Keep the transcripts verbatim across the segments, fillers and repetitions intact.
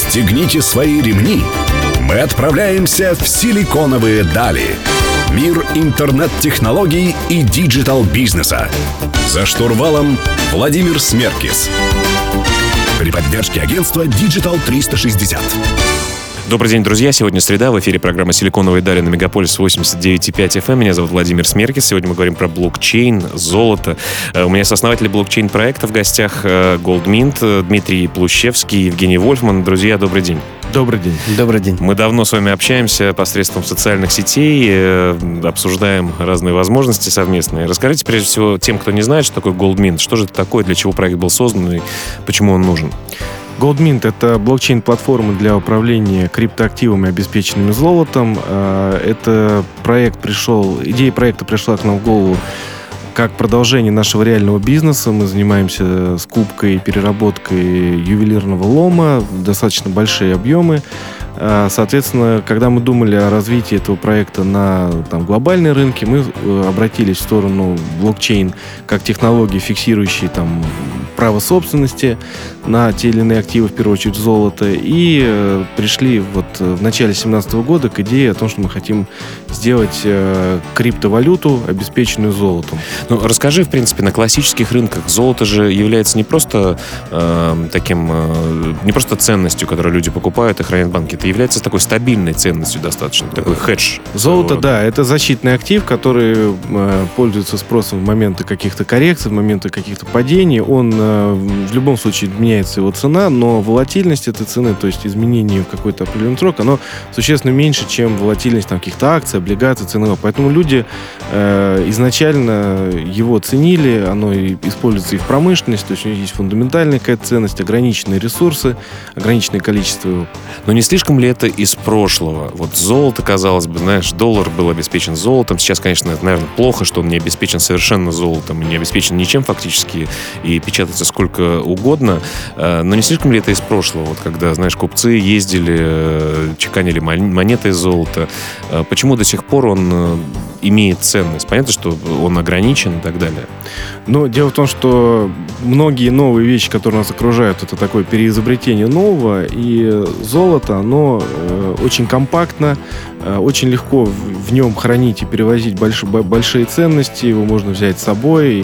Расстегните свои ремни. Мы отправляемся в силиконовые дали. Мир интернет-технологий и диджитал-бизнеса. За штурвалом Владимир Смеркис. При поддержке агентства Digital триста шестьдесят. Добрый день, друзья. Сегодня среда. В эфире программа «Силиконовые дали» на Мегаполис восемьдесят девять и пять эф эм. Меня зовут Владимир Смеркис. Сегодня мы говорим про блокчейн, золото. У меня сооснователь блокчейн-проекта в гостях Goldmint, Дмитрий Плущевский, Евгений Вольфман. Друзья, добрый день. Добрый день. Добрый день. Мы давно с вами общаемся посредством социальных сетей, обсуждаем разные возможности совместные. Расскажите, прежде всего, тем, кто не знает, что такое Goldmint, что же это такое, для чего проект был создан и почему он нужен? Goldmint — это блокчейн-платформа для управления криптоактивами, обеспеченными золотом. Это проект пришел, идея проекта пришла к нам в голову как продолжение нашего реального бизнеса. Мы занимаемся скупкой и переработкой ювелирного лома, достаточно большие объемы. Соответственно, когда мы думали о развитии этого проекта на там, глобальной рынке, мы обратились в сторону блокчейн как технологии, фиксирующей там, право собственности на те или иные активы, в первую очередь золото, и э, пришли вот в начале две тысячи семнадцатого года к идее о том, что мы хотим сделать э, криптовалюту, обеспеченную золотом. Ну, расскажи, в принципе, на классических рынках золото же является не просто э, таким, э, не просто ценностью, которую люди покупают и хранят в банке, это является такой стабильной ценностью достаточно, такой хедж. Золото, да, это защитный актив, который э, пользуется спросом в моменты каких-то коррекций, в моменты каких-то падений. Он э, в любом случае меняется его цена, но волатильность этой цены, то есть изменение в какой-то определенный срок, оно существенно меньше, чем волатильность там, каких-то акций, облигаций, цены. Поэтому люди э, изначально его ценили, оно и используется и в промышленности, то есть у него есть фундаментальная какая-то ценность, ограниченные ресурсы, ограниченное количество его. Но не слишком ли это из прошлого? Вот золото, казалось бы, знаешь, доллар был обеспечен золотом. Сейчас, конечно, это, наверное, плохо, что он не обеспечен совершенно золотом, не обеспечен ничем фактически, и печатается сколько угодно. Но не слишком ли это из прошлого? Вот когда, знаешь, купцы ездили, чеканили монеты из золота. Почему до сих пор он имеет ценность? Понятно, что он ограничен и так далее. Но дело в том, что многие новые вещи, которые нас окружают, это такое переизобретение нового, и золото, оно э, очень компактно, э, очень легко в, в нем хранить и перевозить больш, большие ценности, его можно взять с собой, и,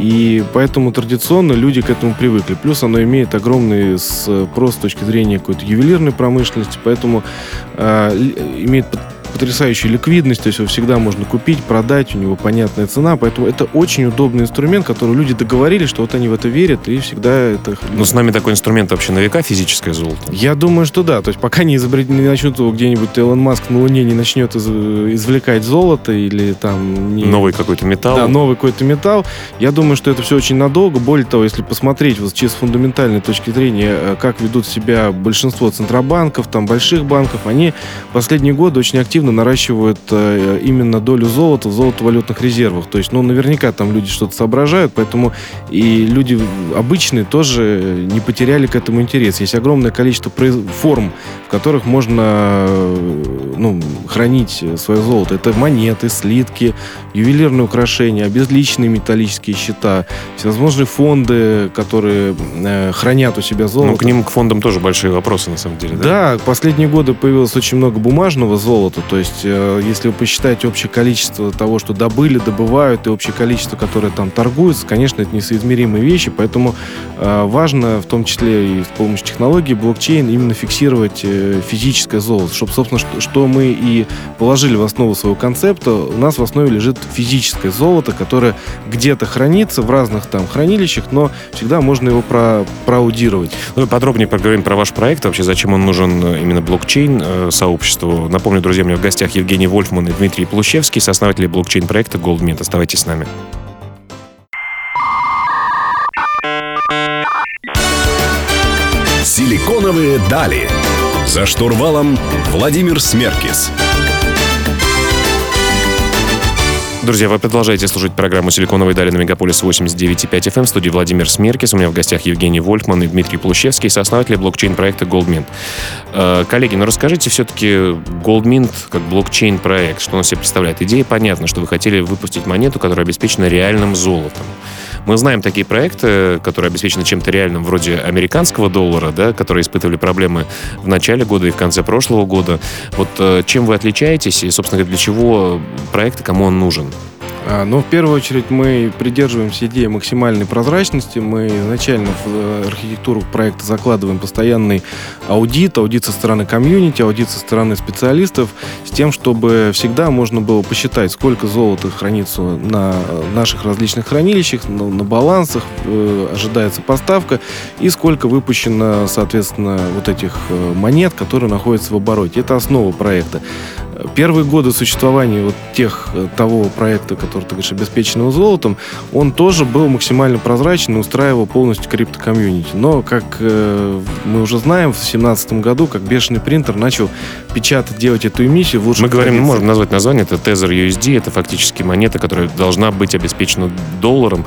и поэтому традиционно люди к этому привыкли. Плюс оно имеет огромный спрос с точки зрения какой-то ювелирной промышленности, поэтому э, имеет потрясающую ликвидность, то есть его всегда можно купить, продать, у него понятная цена, поэтому это очень удобный инструмент, который люди договорились, что вот они в это верят, и всегда это... Но с нами такой инструмент вообще на века, физическое золото? Я думаю, что да, то есть пока не, изобрет... не начнут его где-нибудь, Илон Маск на Луне не начнет из... извлекать золото или там... Не... Новый какой-то металл? Да, новый какой-то металл. Я думаю, что это все очень надолго. Более того, если посмотреть вот с фундаментальной точки зрения, как ведут себя большинство центробанков, там больших банков, они в последние годы очень активно наращивают э, именно долю золота в золотовалютных резервах. То есть, ну, наверняка там люди что-то соображают, поэтому и люди обычные тоже не потеряли к этому интерес. Есть огромное количество произ... форм, в которых можно ну, хранить свое золото. Это монеты, слитки, ювелирные украшения, обезличенные металлические счета, всевозможные фонды, которые э, хранят у себя золото. Ну, к ним, к фондам тоже большие вопросы, на самом деле. Да, да, в последние годы появилось очень много бумажного золота. То есть, э, если вы посчитаете общее количество того, что добыли, добывают, и общее количество, которое там торгуется, конечно, это несоизмеримые вещи, поэтому э, важно, в том числе и с помощью технологии блокчейн, именно фиксировать э, физическое золото, чтобы, собственно, что, что мы и положили в основу своего концепта, у нас в основе лежит физическое золото, которое где-то хранится в разных там хранилищах, но всегда можно его про, проаудировать. Ну, подробнее поговорим про ваш проект, вообще зачем он нужен именно блокчейн э, сообществу. Напомню, друзья, у меня в гостях Евгений Вольфман и Дмитрий Плущевский, сооснователи блокчейн-проекта Goldmint. Оставайтесь с нами. Силиконовые дали. За штурвалом Владимир Смеркис. Друзья, вы продолжаете слушать программу «Силиконовые дали» на Мегаполис восемьдесят девять и пять эф эм. В студии Владимир Смеркис. У меня в гостях Евгений Вольфман и Дмитрий Плущевский, сооснователи блокчейн-проекта Goldmint. Э, коллеги, ну расскажите все-таки Goldmint как блокчейн-проект, что он себе представляет. Идея понятна, что вы хотели выпустить монету, которая обеспечена реальным золотом. Мы знаем такие проекты, которые обеспечены чем-то реальным, вроде американского доллара, да, которые испытывали проблемы в начале года и в конце прошлого года. Вот чем вы отличаетесь и, собственно говоря, для чего проект и кому он нужен? Ну, в первую очередь, мы придерживаемся идеи максимальной прозрачности. Мы изначально в архитектуру проекта закладываем постоянный аудит, аудит со стороны комьюнити, аудит со стороны специалистов, с тем, чтобы всегда можно было посчитать, сколько золота хранится на наших различных хранилищах, на балансах, ожидается поставка, и сколько выпущено, соответственно, вот этих монет, которые находятся в обороте. Это основа проекта. Первые годы существования вот тех, того проекта, который, ты говоришь, обеспеченного золотом, он тоже был максимально прозрачен и устраивал полностью крипто-комьюнити. Но, как э, мы уже знаем, в две тысячи семнадцатом году, как бешеный принтер начал печатать, делать эту эмиссию в лучших Мы говорим, мы традициях. можем назвать название, это Tether ю эс ди, это фактически монета, которая должна быть обеспечена долларом,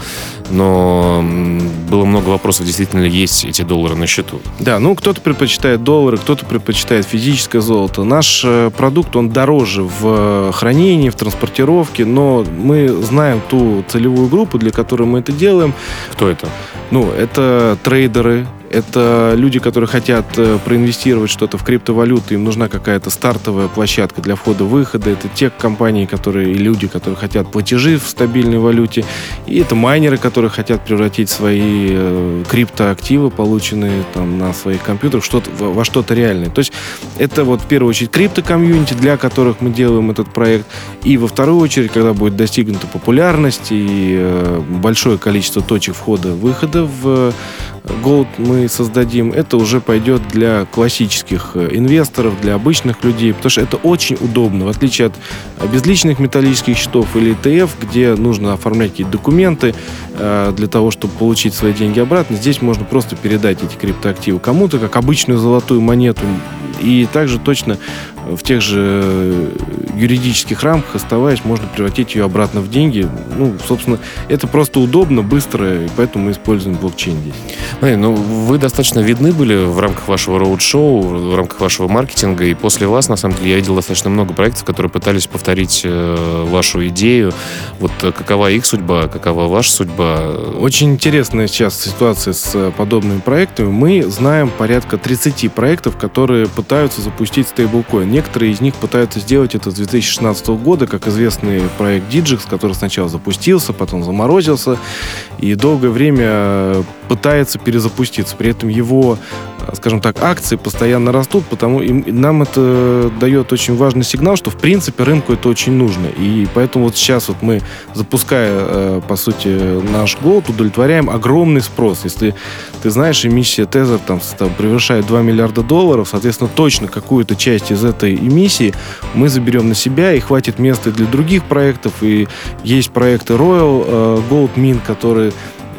но было много вопросов, действительно ли есть эти доллары на счету. Да, ну кто-то предпочитает доллары, кто-то предпочитает физическое золото. Наш э, продукт, он дороже в хранении, в транспортировке, но мы знаем ту целевую группу, для которой мы это делаем. Кто это? Ну, это трейдеры, это люди, которые хотят проинвестировать что-то в криптовалюту, им нужна какая-то стартовая площадка для входа-выхода. Это те компании, которые и люди, которые хотят платежи в стабильной валюте. И это майнеры, которые хотят превратить свои э, криптоактивы, полученные там, на своих компьютерах, что-то, во что-то реальное. То есть это вот в первую очередь крипто-комьюнити, для которых мы делаем этот проект. И во вторую очередь, когда будет достигнута популярность и э, большое количество точек входа-выхода в Gold мы создадим, это уже пойдет для классических инвесторов, для обычных людей, потому что это очень удобно, в отличие от безличных металлических счетов или и ти эф, где нужно оформлять какие-то документы э, для того, чтобы получить свои деньги обратно. Здесь можно просто передать эти криптоактивы кому-то, как обычную золотую монету, и также точно в тех же юридических рамках, оставаясь, можно превратить ее обратно в деньги. Ну, собственно, это просто удобно, быстро, и поэтому мы используем блокчейн здесь. Эй, ну, вы достаточно видны были в рамках вашего роуд-шоу, в рамках вашего маркетинга, и после вас, на самом деле, я видел достаточно много проектов, которые пытались повторить э, вашу идею. Вот какова их судьба, какова ваша судьба? Очень интересная сейчас ситуация с подобными проектами. Мы знаем порядка тридцать проектов, которые пытаются запустить стейблкоин. Некоторые из них пытаются сделать это с две тысячи шестнадцатого года, как известный проект Digix, который сначала запустился, потом заморозился, и долгое время пытается перезапуститься. При этом его, скажем так, акции постоянно растут, потому и нам это дает очень важный сигнал, что в принципе рынку это очень нужно. И поэтому вот сейчас вот мы, запуская, по сути, наш Gold, удовлетворяем огромный спрос. Если ты знаешь, эмиссия Tether там, там превышает два миллиарда долларов, соответственно, точно какую-то часть из этой эмиссии мы заберем на себя, и хватит места для других проектов. И есть проекты Royal Gold Mint, которые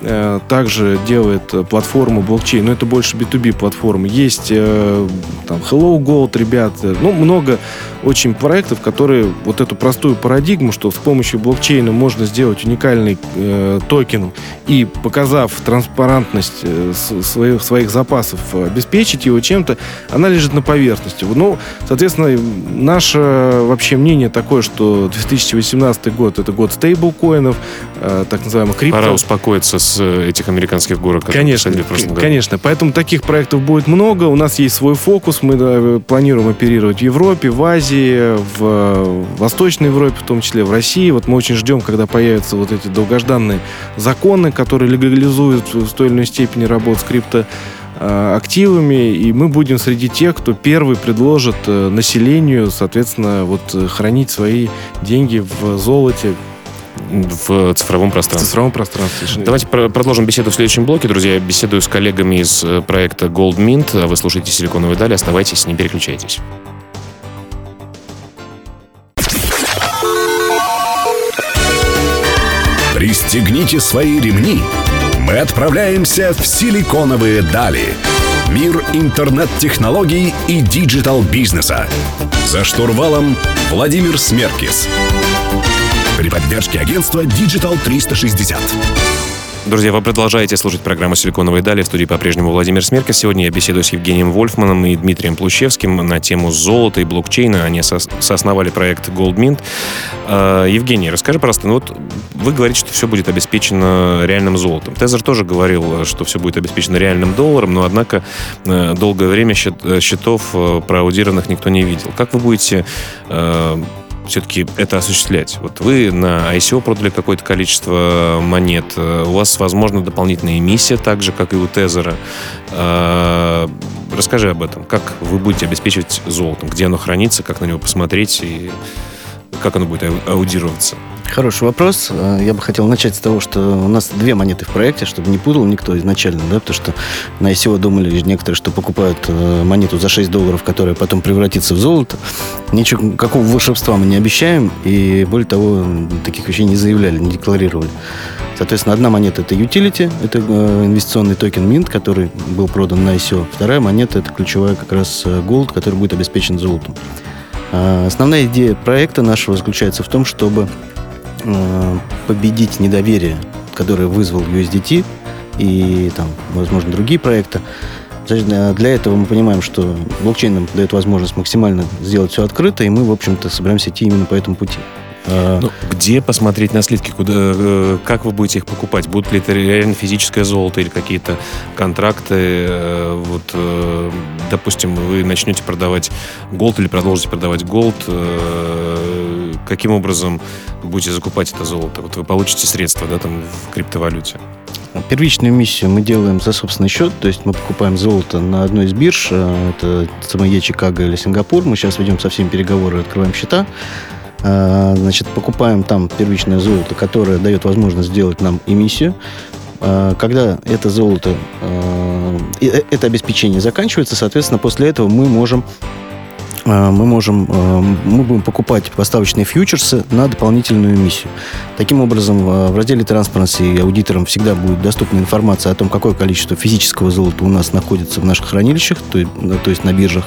также делает платформу блокчейн, но это больше би ту би платформы. Есть э, там Hello Gold, ребята, ну, много очень проектов, которые вот эту простую парадигму, что с помощью блокчейна можно сделать уникальный э, токен и, показав транспарентность э, своих, своих запасов, обеспечить его чем-то, она лежит на поверхности. Ну, соответственно, наше вообще мнение такое, что две тысячи восемнадцатый год — это год стейблкоинов, э, так называемых крипто. Пора успокоиться с этих американских горок, которые конечно, посадили в прошлом году. Конечно, поэтому таких проектов будет много. У нас есть свой фокус. Мы да, планируем оперировать в Европе, в Азии, в Восточной Европе, в том числе в России. Вот мы очень ждем, когда появятся вот эти долгожданные законы, которые легализуют в той или иной степени работу с криптоактивами, и мы будем среди тех, кто первый предложит населению, соответственно, вот хранить свои деньги в золоте, в цифровом пространстве. В цифровом пространстве. Давайте про- продолжим беседу в следующем блоке. Друзья, я беседую с коллегами из проекта Gold Mint. Вы слушаете «Силиконовые дали». Оставайтесь, не переключайтесь. Пристегните свои ремни. Мы отправляемся в «Силиконовые дали». Мир интернет-технологий и диджитал-бизнеса. За штурвалом Владимир Смеркис. При поддержке агентства Digital триста шестьдесят. Друзья, вы продолжаете слушать программу «Силиконовые дали». В студии по-прежнему Владимир Смерка. Сегодня я беседую с Евгением Вольфманом и Дмитрием Плущевским на тему золота и блокчейна. Они со- соосновали проект Goldmint. Э, Евгений, расскажи, пожалуйста, ну вот вы говорите, что все будет обеспечено реальным золотом. Тезер тоже говорил, что все будет обеспечено реальным долларом, но, однако, э, долгое время счет, счетов э, проаудированных никто не видел. Как вы будете... Э, все-таки это осуществлять? Вот вы на ай си о продали какое-то количество монет, у вас, возможно, дополнительная эмиссия, так же, как и у Тезера. Расскажи об этом. Как вы будете обеспечивать золотом? Где оно хранится, как на него посмотреть и как оно будет аудироваться? Хороший вопрос. Я бы хотел начать с того, что у нас две монеты в проекте, чтобы не путал никто изначально, да, потому что на ай си о думали некоторые, что покупают монету за шесть долларов, которая потом превратится в золото. Ничего, какого волшебства мы не обещаем, и более того, таких вещей не заявляли, не декларировали. Соответственно, одна монета — это utility, это инвестиционный токен Mint, который был продан на ай си о. Вторая монета — это ключевая как раз Gold, который будет обеспечен золотом. Основная идея проекта нашего заключается в том, чтобы победить недоверие, которое вызвал ю эс ди ти и, там, возможно, другие проекты. Для этого мы понимаем, что блокчейн нам дает возможность максимально сделать все открыто, и мы, в общем-то, собираемся идти именно по этому пути. Ну, где посмотреть на слитки? Куда, как вы будете их покупать? Будут ли это реально физическое золото или какие-то контракты? Вот, допустим, вы начнете продавать голд или продолжите продавать голд. Каким образом вы будете закупать это золото? Вот вы получите средства, да, там, в криптовалюте. Первичную эмиссию мы делаем за собственный счет, то есть мы покупаем золото на одной из бирж, это си эм и Чикаго или Сингапур. Мы сейчас ведем со всеми переговоры, открываем счета. Значит, покупаем там первичное золото, которое дает возможность сделать нам эмиссию. Когда это золото, это обеспечение заканчивается, соответственно, после этого мы можем мы можем мы будем покупать поставочные фьючерсы на дополнительную эмиссию. Таким образом, в разделе Transparency аудиторам всегда будет доступна информация о том, какое количество физического золота у нас находится в наших хранилищах, то есть на биржах.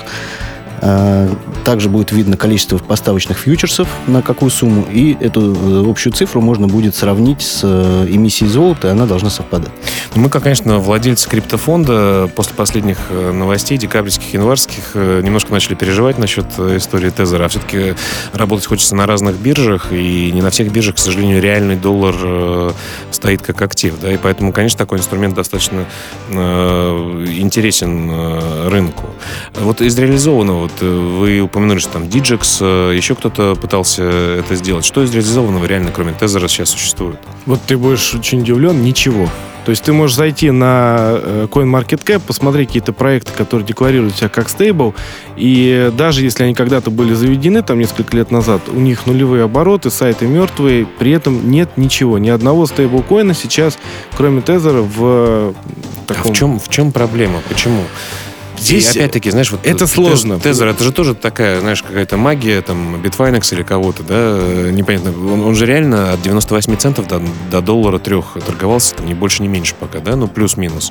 Также будет видно количество поставочных фьючерсов, на какую сумму, и эту общую цифру можно будет сравнить с эмиссией золота, и она должна совпадать. Мы, как, конечно, владельцы криптофонда, после последних новостей, декабрьских, январских, немножко начали переживать насчет истории Тезера. А все-таки работать хочется на разных биржах, и не на всех биржах, к сожалению, реальный доллар стоит как актив. Да? И поэтому, конечно, такой инструмент достаточно интересен рынку. Вот из реализованного, вот вы упомянули, что там Диджекс, еще кто-то пытался это сделать. Что из реализованного реально, кроме Тезера, сейчас существует? Вот ты будешь очень удивлен, ничего. То есть ты можешь зайти на CoinMarketCap, посмотреть какие-то проекты, которые декларируют себя как стейбл, и даже если они когда-то были заведены, там несколько лет назад, у них нулевые обороты, сайты мертвые, при этом нет ничего, ни одного стейблкоина сейчас, кроме Тезера, в таком... А в чем, в чем проблема? Почему? Здесь, и опять-таки, знаешь, вот это сложно. Тезер, это же тоже такая, знаешь, какая-то магия, там, Bitfinex или кого-то, да, непонятно. Он, он же реально от девяносто восемь центов до, до доллара трех торговался, там, ни больше, ни меньше пока, да, ну, плюс-минус.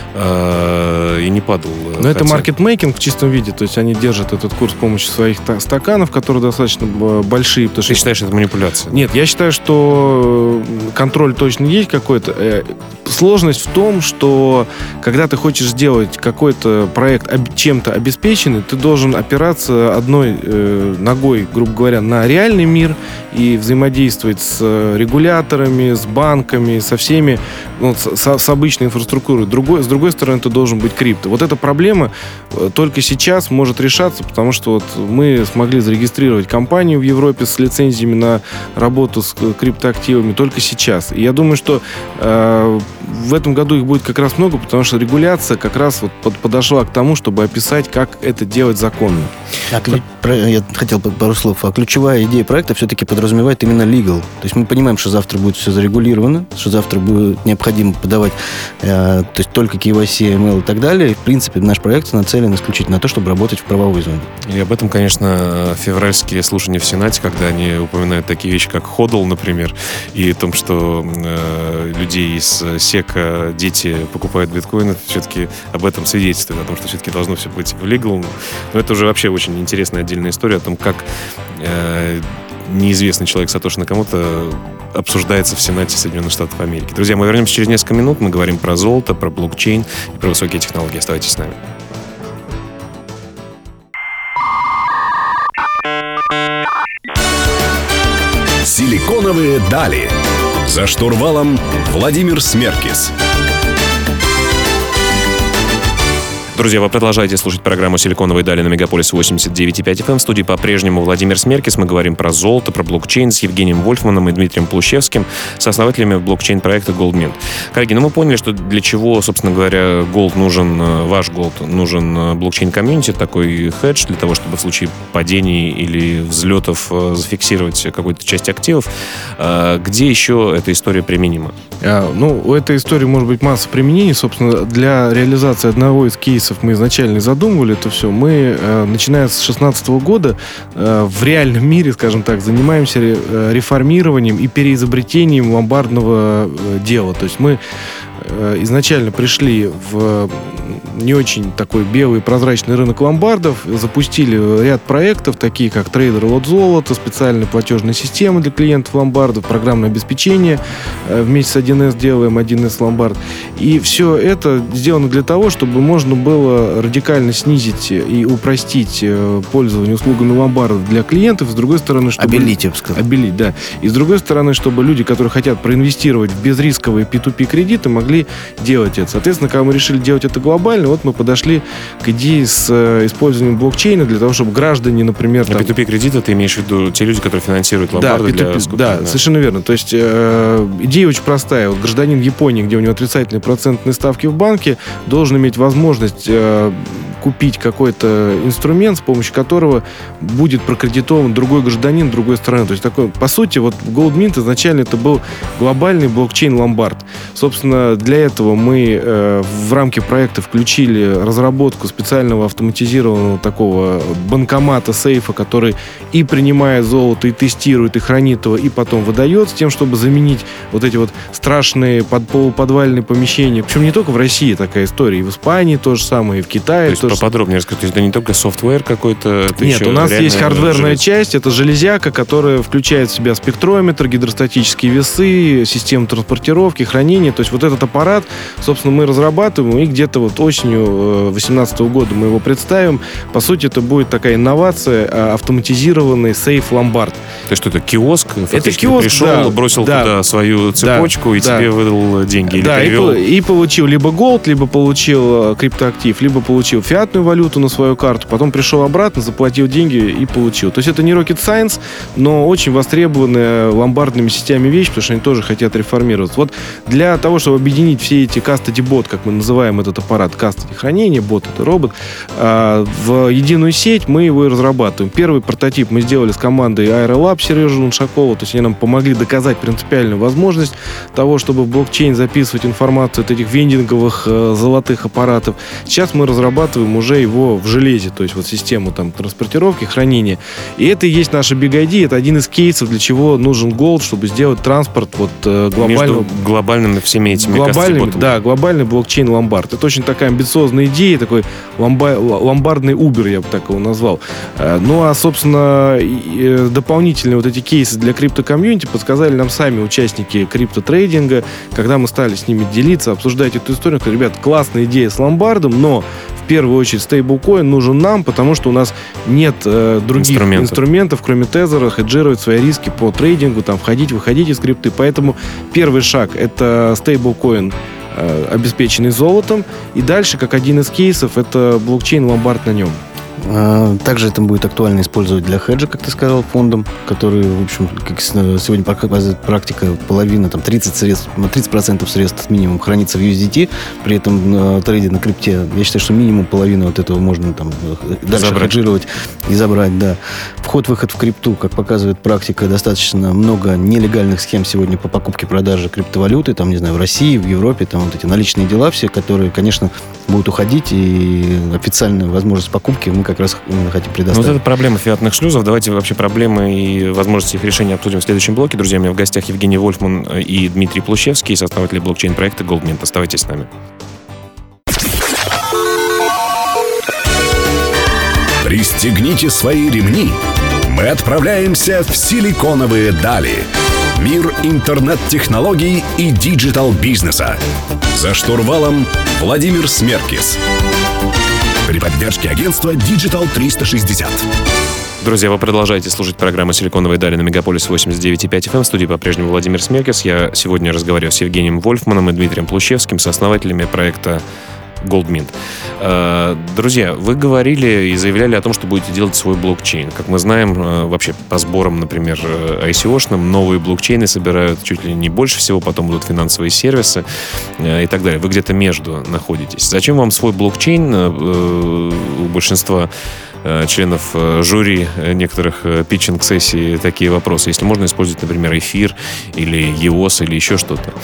А, и не падал. Но хотя... это маркетмейкинг в чистом виде, то есть они держат этот курс с помощью своих стаканов, которые достаточно большие. Потому Ты что... считаешь, это манипуляция? Нет, я считаю, что контроль точно есть какой-то. Сложность в том, что когда ты хочешь сделать какой-то проект чем-то обеспеченный, ты должен опираться одной э, ногой, грубо говоря, на реальный мир и взаимодействовать с регуляторами, с банками, со всеми, ну, с, с обычной инфраструктурой. Другой, с другой стороны, ты должен быть крипто. Вот эта проблема только сейчас может решаться, потому что вот мы смогли зарегистрировать компанию в Европе с лицензиями на работу с криптоактивами только сейчас. И я думаю, что э, в этом году их будет как раз много, потому что регуляция как раз вот под, подошла к тому, чтобы описать, как это делать законно. А, я хотел пару слов. А ключевая идея проекта все-таки подразумевает именно legal. То есть мы понимаем, что завтра будет все зарегулировано, что завтра будет необходимо подавать э, то есть только кей вай си, эм эл и так далее. И, в принципе, наш проект нацелен исключительно на то, чтобы работать в правовой зоне. И об этом, конечно, февральские слушания в Сенате, когда они упоминают такие вещи, как ходл, например, и о том, что э, людей из сека дети покупают биткоины, все-таки об этом свидетельствует, о том, что все-таки должно все быть в legal. Но это уже вообще очень интересная отдельная история о том, как э, неизвестный человек Сатоши Накамото обсуждается в Сенате Соединенных Штатов Америки. Друзья, мы вернемся через несколько минут. Мы говорим про золото, про блокчейн и про высокие технологии. Оставайтесь с нами. Силиконовые дали. За штурвалом Владимир Смеркис. Друзья, вы продолжаете слушать программу «Силиконовые дали» на Мегаполис восемьдесят девять и пять эф эм. В студии по-прежнему Владимир Смеркис. Мы говорим про золото, про блокчейн с Евгением Вольфманом и Дмитрием Плущевским, сооснователями блокчейн-проекта Goldmint. Коллеги, ну мы поняли, что для чего, собственно говоря, Gold нужен, ваш Gold нужен блокчейн-комьюнити, такой хедж для того, чтобы в случае падений или взлетов зафиксировать какую-то часть активов. Где еще эта история применима? А, ну, у этой истории может быть масса применений. Собственно, для реализации одного из кейсов мы изначально задумывали это все. Мы, э, начиная с две тысячи шестнадцатого года, э, в реальном мире, скажем так, занимаемся ре, э, реформированием и переизобретением ломбардного э, дела. То есть мы э, изначально пришли в не очень такой белый прозрачный рынок ломбардов, запустили ряд проектов, такие как трейдер лот золота, специальные платежные системы для клиентов ломбардов, программное обеспечение. Э, вместе с один эс делаем один эс ломбард. И все это сделано для того, чтобы можно было радикально снизить и упростить пользование услугами ломбардов для клиентов. С другой стороны, чтобы... Обелить, я бы сказал. Обелить, да. И с другой стороны, чтобы люди, которые хотят проинвестировать в безрисковые пи ту пи кредиты, могли делать это. Соответственно, когда мы решили делать это глобально, вот мы подошли к идее с использованием блокчейна для того, чтобы граждане, например... Там... пи ту пи кредиты ты имеешь в виду те люди, которые финансируют ломбарды? Да, для скупки, да, да, совершенно верно. То есть э, идея очень простая. Вот гражданин Японии, где у него отрицательные процентные ставки в банке, должен иметь возможность э, купить какой-то инструмент, с помощью которого будет прокредитован другой гражданин другой страны. То есть такой, по сути, вот Goldmint изначально это был глобальный блокчейн-ломбард. Собственно, для этого мы э, в рамки проекта включили разработку специального автоматизированного такого банкомата, сейфа, который и принимает золото, и тестирует, и хранит его, и потом выдает, с тем, чтобы заменить вот эти вот страшные под, полуподвальные помещения. Причем не только в России такая история, и в Испании то же самое, и в Китае. То есть тоже поподробнее расскажи, то есть это не только софтвер какой-то? Нет, у нас есть хардверная часть, это железяка, которая включает в себя спектрометр, гидростатические весы, систему транспортировки, хранения. То есть вот этот аппарат, собственно, мы разрабатываем, и где-то вот осенью две тысячи восемнадцатого года мы его представим. По сути, это будет такая инновация, автоматизированный сейф-ломбард. То есть что это киоск? Это киоск, пришел, да, бросил да, туда свою цепочку, да, и да, тебе выдал деньги, или да, перевел? И, и получил либо голд, либо получил криптоактив, либо получил фиатную валюту на свою карту, потом пришел обратно, заплатил деньги и получил. То есть это не rocket science, но очень востребованная ломбардными сетями вещь, потому что они тоже хотят реформироваться. Вот для того, чтобы объединить все эти custody-бот, как мы называем этот аппарат, custody хранения, бот — это робот, в единую сеть мы его и разрабатываем. Первый прототип мы сделали с командой Aerolab Сережи Луншакова, то есть они нам помогли доказать принципиальную возможность того, чтобы в блокчейн записывать информацию от этих вендинговых э, золотых аппаратов. Сейчас мы разрабатываем уже его в железе, то есть вот систему там транспортировки, хранения. И это и есть наша Big ай ди, это один из кейсов, для чего нужен Gold, чтобы сделать транспорт вот э, глобального... Между глобальными всеми этими глобальными, да, глобальный блокчейн-ломбард. Это очень такая амбициозная идея, такой ломба... ломбардный Uber, я бы так его назвал. Ну, а, собственно, дополнительные вот эти кейсы для крипто-комьюнити подсказали нам сами участники крипто-трейдинга, когда мы стали с ними делиться, обсуждать эту историю. Сказали, ребят, классная идея с ломбардом, но в первую очередь стейблкоин нужен нам, потому что у нас нет э, других инструментов. инструментов, кроме тезера, хеджировать свои риски по трейдингу, там, входить, выходить из крипты. Поэтому первый шаг — это стейблкоин, э, обеспеченный золотом. И дальше, как один из кейсов, это блокчейн-ломбард на нем. Также это будет актуально использовать для хеджа, как ты сказал, фондом, который, в общем, как сегодня показывает практика, половина, там, тридцать средств, тридцать процентов средств минимум хранится в ю эс ди ти, при этом трейде на крипте. Я считаю, что минимум половину от этого можно там дальше забрать. хеджировать и забрать, да. Вход-выход в крипту, как показывает практика, достаточно много нелегальных схем сегодня по покупке-продаже криптовалюты, там, не знаю, в России, в Европе, там вот эти наличные дела все, которые, конечно, будут уходить, и официальная возможность покупки мы как раз хотим предоставить. Вот это проблема фиатных шлюзов. Давайте вообще проблемы и возможности их решения обсудим в следующем блоке. Друзья, у меня в гостях Евгений Вольфман и Дмитрий Плущевский, сооснователи блокчейн-проекта Goldmint. Оставайтесь с нами. Пристегните свои ремни. мы отправляемся в силиконовые дали. Мир интернет-технологий и диджитал-бизнеса. За штурвалом Владимир Смеркис. При поддержке агентства Digital триста шестьдесят. Друзья, вы продолжаете слушать программу «Силиконовые дали» на Мегаполис восемьдесят девять и пять эф эм. В студии по-прежнему Владимир Смеркис. Я сегодня разговариваю с Евгением Вольфманом и Дмитрием Плущевским, сооснователями проекта Goldmint. Друзья, вы говорили и заявляли о том, что будете делать свой блокчейн. Как мы знаем, вообще по сборам, например, ай си о-шным, новые блокчейны собирают чуть ли не больше всего, потом будут финансовые сервисы и так далее. Вы где-то между находитесь. Зачем вам свой блокчейн? У большинства членов жюри некоторых питчинг-сессий такие вопросы. Если можно использовать, например, эфир или и о эс или еще что-то.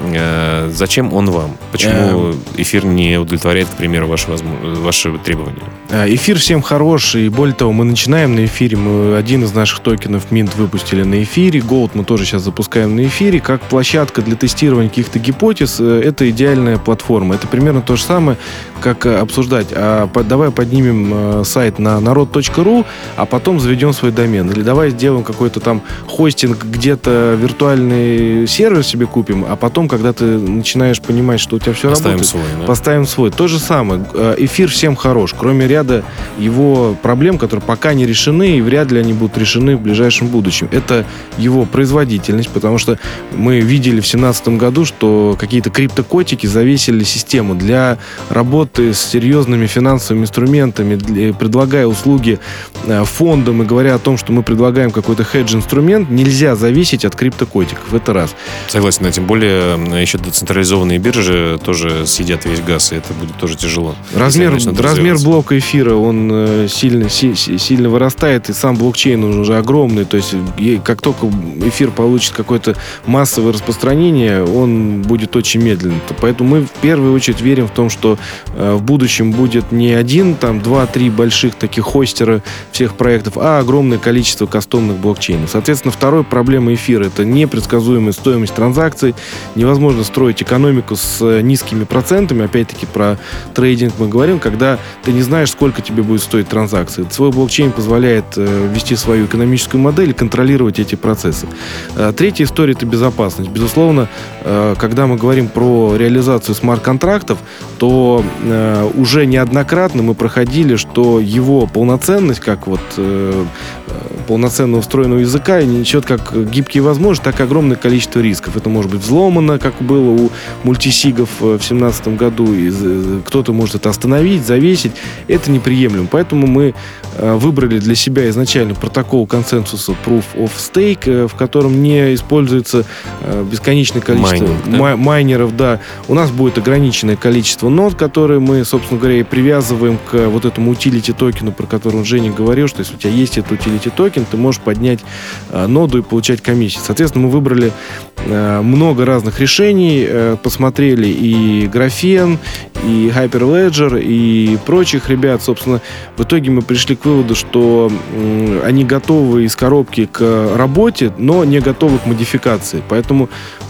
Зачем он вам? Почему эфир не удовлетворяет, к примеру, ваши, ваши требования? Эфир всем хорош, и более того, мы начинаем на эфире. Мы один из наших токенов Mint выпустили на эфире. Gold мы тоже сейчас запускаем на эфире. Как площадка для тестирования каких-то гипотез, это идеальная платформа. Это примерно то же самое, как обсуждать. А давай поднимем сайт на народ точка ру, а потом заведем свой домен. Или давай сделаем какой-то там хостинг, где-то виртуальный сервер себе купим, а потом, когда ты начинаешь понимать, что у тебя все поставим работает, свой, да? поставим свой. То же самое. Эфир всем хорош, кроме ряда его проблем, которые пока не решены, и вряд ли они будут решены в ближайшем будущем. Это его производительность, потому что мы видели в две тысячи семнадцатом году, что какие-то криптокотики завесили систему для работы с серьезными финансовыми инструментами, для, предлагая услуги фондам и говоря о том, что мы предлагаем какой-то хедж-инструмент, нельзя зависеть от криптокотиков. Это раз. Согласен, да, тем более еще децентрализованные биржи тоже съедят весь газ, и это будет тоже тяжело. Размер, размер блока эфира, он сильно, си, сильно вырастает, и сам блокчейн он уже огромный. То есть как только эфир получит какое-то массовое распространение, он будет очень медленный. Поэтому мы в первую очередь верим в том, что в будущем будет не один, там, два-три больших таких хостера всех проектов, а огромное количество кастомных блокчейнов. Соответственно, второй проблемой эфира — это непредсказуемая стоимость транзакций. Невозможно строить экономику с низкими процентами. Опять-таки про трейдинг мы говорим, когда ты не знаешь, сколько тебе будет стоить транзакции. Свой блокчейн позволяет ввести свою экономическую модель и контролировать эти процессы. Третья история — это безопасность. Безусловно, когда мы говорим про реализацию смарт-контрактов, то уже неоднократно мы проходили, что его полноценность, как вот э, полноценно устроенного языка, несет как гибкие возможности, так и огромное количество рисков. Это может быть взломано, как было у мультисигов в две тысячи семнадцатом году, и кто-то может это остановить, завесить. Это неприемлемо. Поэтому мы э, выбрали для себя изначально протокол консенсуса Proof of Stake, э, в котором не используется э, бесконечное количество Майнинг, да? май- майнеров. Да. У нас будет ограниченное количество нод, которые мы, собственно говоря, и привязываем к вот этому утилити токену, про который Женя говорил, что если у тебя есть этот утилити токен, ты можешь поднять э, ноду и получать комиссии. Соответственно, мы выбрали э, много разных решений, э, посмотрели и Графен, и Hyperledger, и прочих ребят. Собственно, в итоге мы пришли к выводу, что э, они готовы из коробки к работе, но не готовы к модификации. Поэтому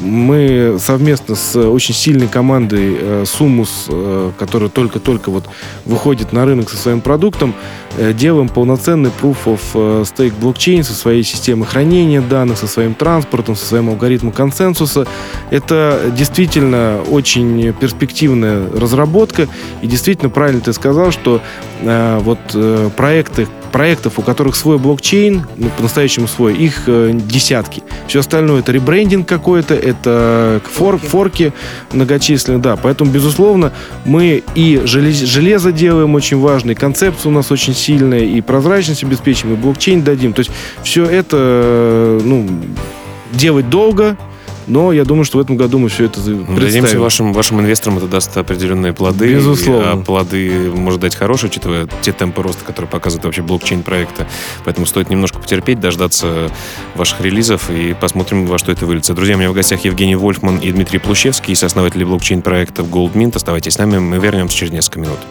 мы совместно с очень сильной командой э, Sumus, э, которая только-только вот выходит на рынок со своим продуктом, э, делаем полноценный Proof of Stake блокчейн со своей системой хранения данных, со своим транспортом, со своим алгоритмом консенсуса. Это действительно очень перспективная разработка. И действительно, правильно ты сказал, что э, вот э, проекты, проектов, у которых свой блокчейн, ну, по-настоящему свой, их э, десятки. Все остальное — это ребрендинг какой-то, это фор, форки многочисленные, да. Поэтому, безусловно, мы и желез, железо делаем очень важно, и концепция у нас очень сильная, и прозрачность обеспечим, и блокчейн дадим. То есть все это, ну, делать долго, но я думаю, что в этом году мы все это представим. Надеемся, вашим, вашим инвесторам это даст определенные плоды. Безусловно. А плоды может дать хорошие, учитывая те темпы роста, которые показывают вообще блокчейн-проекты. Поэтому стоит немножко потерпеть, дождаться ваших релизов и посмотрим, во что это выльется. Друзья, у меня в гостях Евгений Вольфман и Дмитрий Плущевский, сооснователи блокчейн-проекта Goldmint. Оставайтесь с нами, мы вернемся через несколько минут.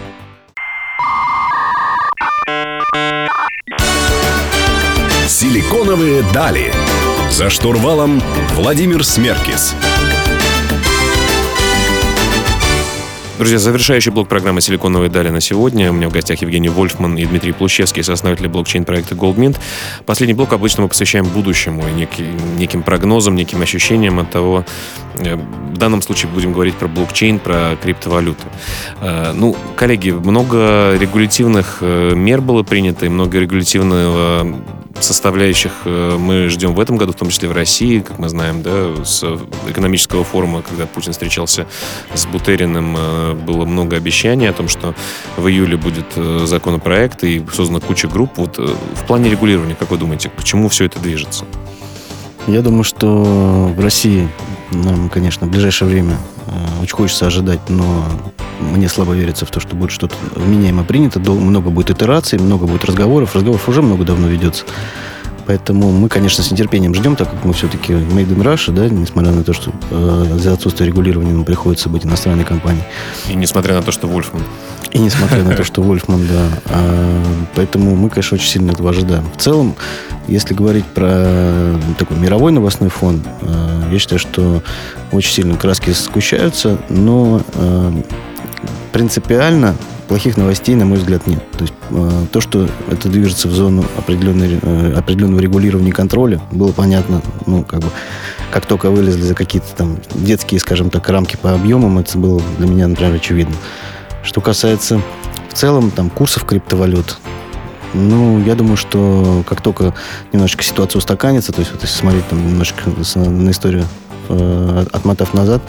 Силиконовые дали. За штурвалом Владимир Смеркис. Друзья, завершающий блок программы «Силиконовые дали» на сегодня. У меня в гостях Евгений Вольфман и Дмитрий Плущевский, сооснователи блокчейн-проекта Goldmint. Последний блок обычно мы посвящаем будущему, некий, неким прогнозам, неким ощущениям от того. В данном случае будем говорить про блокчейн, про криптовалюту. Ну, коллеги, много регулятивных мер было принято, и много регулятивных составляющих мы ждем в этом году, в том числе в России, как мы знаем, да, с экономического форума, когда Путин встречался с Бутериным, было много обещаний о том, что в июле будет законопроект и создана куча групп. Вот в плане регулирования, как вы думаете, к чему все это движется? Я думаю, что в России нам, конечно, в ближайшее время очень хочется ожидать, но мне слабо верится в то, что будет что-то вменяемо принято. Много будет итераций, много будет разговоров. Разговоров уже много давно ведется. Поэтому мы, конечно, с нетерпением ждем, так как мы все-таки made in Russia, да, несмотря на то, что э, за отсутствие регулирования нам приходится быть иностранной компанией. И несмотря на то, что Вольфман. И несмотря на то, что Вольфман, да. А, поэтому мы, конечно, очень сильно этого ожидаем. В целом, если говорить про такой мировой новостной фон, э, я считаю, что очень сильно краски сгущаются, но э, принципиально плохих новостей, на мой взгляд, нет. То есть э, то, что это движется в зону определенной, э, определенного регулирования и контроля, было понятно, ну, как бы, как только вылезли за какие-то там детские, скажем так, рамки по объемам, это было для меня, например, очевидно. Что касается в целом там курсов криптовалют, ну, я думаю, что как только немножечко ситуация устаканится, то есть вот если смотреть там немножечко на историю, э, отмотав назад,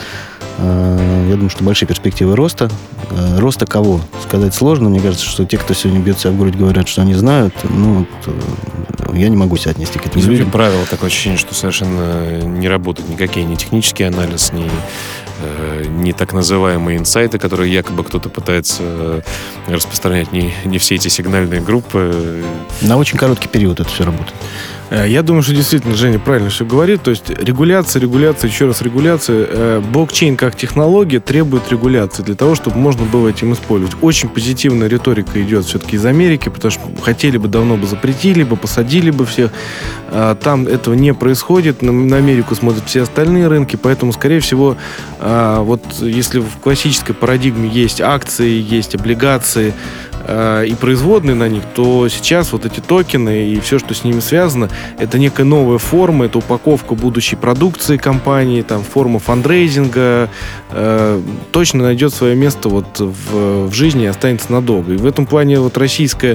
я думаю, что большие перспективы роста. Роста кого? Сказать сложно. Мне кажется, что те, кто сегодня бьет себя в грудь, говорят, что они знают, ну, я не могу себя отнести к этим людям. Правило, такое ощущение, что совершенно не работают никакие ни технический анализ, ни, э, ни так называемые инсайты, которые якобы кто-то пытается распространять, не, не все эти сигнальные группы. На очень короткий период это все работает. Я думаю, что действительно Женя правильно все говорит. То есть регуляция, регуляция, еще раз регуляция. Блокчейн как технология требует регуляции для того, чтобы можно было этим использовать. Очень позитивная риторика идет все-таки из Америки, потому что хотели бы, давно бы запретили бы, посадили бы всех. Там этого не происходит. На Америку смотрят все остальные рынки, поэтому, скорее всего, вот если в классической парадигме есть акции, есть облигации, и производные на них, то сейчас вот эти токены и все, что с ними связано, это некая новая форма, это упаковка будущей продукции компании, там, форма фандрейзинга, э, точно найдет свое место вот в, в жизни и останется надолго. И в этом плане вот российская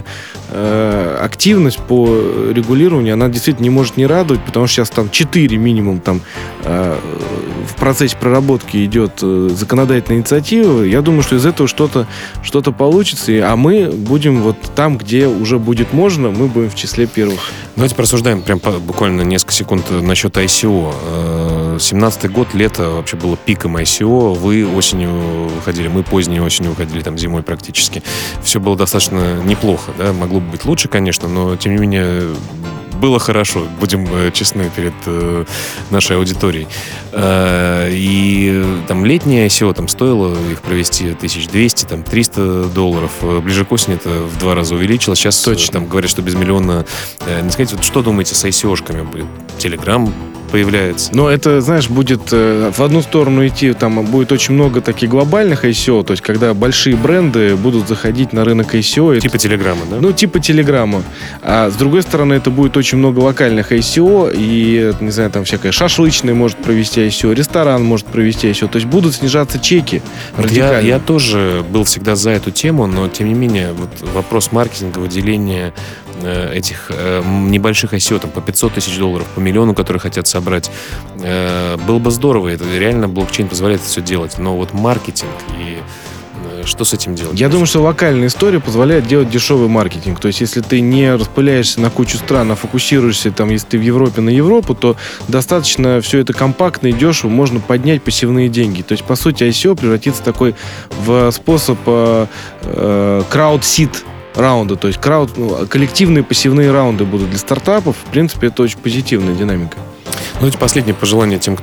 э, активность по регулированию, она действительно не может не радовать, потому что сейчас там четыре минимум там э, в процессе проработки идет э, законодательная инициатива. Я думаю, что из этого что-то, что-то получится, а мы будем вот там, где уже будет можно, мы будем в числе первых. Давайте порассуждаем прям по, буквально несколько секунд насчет ай си о. семнадцатый год, лето вообще было пиком ай си о. Вы осенью выходили, мы поздней осенью выходили, там зимой практически. Все было достаточно неплохо, да, могло бы быть лучше, конечно, но тем не менее было хорошо, будем честны перед э, нашей аудиторией. Э, и там летнее ай си о, там стоило их провести тысяча двести, там триста долларов. Ближе к осени это в два раза увеличилось. Сейчас точно там говорят, что без миллиона. Э, не сказать, вот что думаете с ай си о-шками будет? Телеграм появляется. Но это, знаешь, будет э, в одну сторону идти, там будет очень много таких глобальных ай си о, то есть когда большие бренды будут заходить на рынок ай си о. Типа Телеграма, да? Ну, типа Телеграма. А с другой стороны, это будет очень много локальных ай си о, и, не знаю, там всякое шашлычное может провести ай си о, ресторан может провести ай си о, то есть будут снижаться чеки вот радикально. Я, я тоже был всегда за эту тему, но, тем не менее, вот вопрос маркетинга, выделения этих э, небольших ай си о, там, по пятьсот тысяч долларов, по миллиону, которые хотят собрать, э, было бы здорово. Это реально блокчейн позволяет это все делать. Но вот маркетинг и э, что с этим делать? Я думаю, что локальная история позволяет делать дешевый маркетинг. То есть, если ты не распыляешься на кучу стран, а фокусируешься, там, если ты в Европе, на Европу, то достаточно все это компактно и дешево, можно поднять пассивные деньги. То есть, по сути, ай си о превратится такой в способ э, э, краудсид раунда, то есть крауд, ну, коллективные пассивные раунды будут для стартапов. В принципе, это очень позитивная динамика. Ну, это последнее пожелание тем,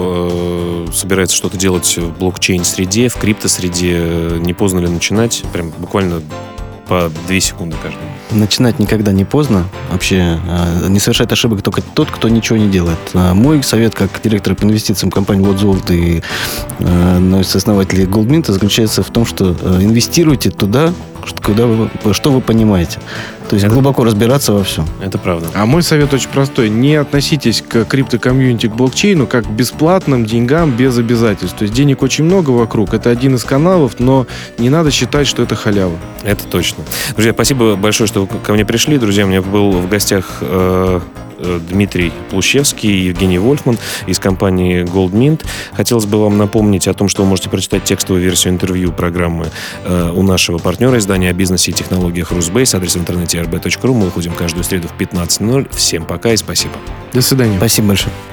кто э, собирается что-то делать в блокчейн-среде, в крипто-среде. Не поздно ли начинать? Прям буквально по две секунды каждый. Начинать никогда не поздно. Вообще э, не совершает ошибок только тот, кто ничего не делает. А мой совет как директора по инвестициям компании «Лот Золото» и э, одной из основателей Goldmint заключается в том, что э, инвестируйте туда, что, куда вы, что вы понимаете. То есть Это- глубоко разбираться во всем. Это правда. А мой совет очень простой. Не относитесь к криптокомьюнити, к блокчейну, как к бесплатным деньгам без обязательств. То есть денег очень много вокруг. Это один из каналов, но не надо считать, что это халява. Это точно. Друзья, спасибо большое, что вы ко мне пришли. Друзья, у меня был в гостях э, э, Дмитрий Плущевский и Евгений Вольфман из компании Goldmint. Хотелось бы вам напомнить о том, что вы можете прочитать текстовую версию интервью программы э, у нашего партнера издания о бизнесе и технологиях Русбейс. Адрес в интернете эр бэ точка ру. Мы выходим каждую среду в пятнадцать ноль ноль. Всем пока и спасибо. До свидания. Спасибо большое.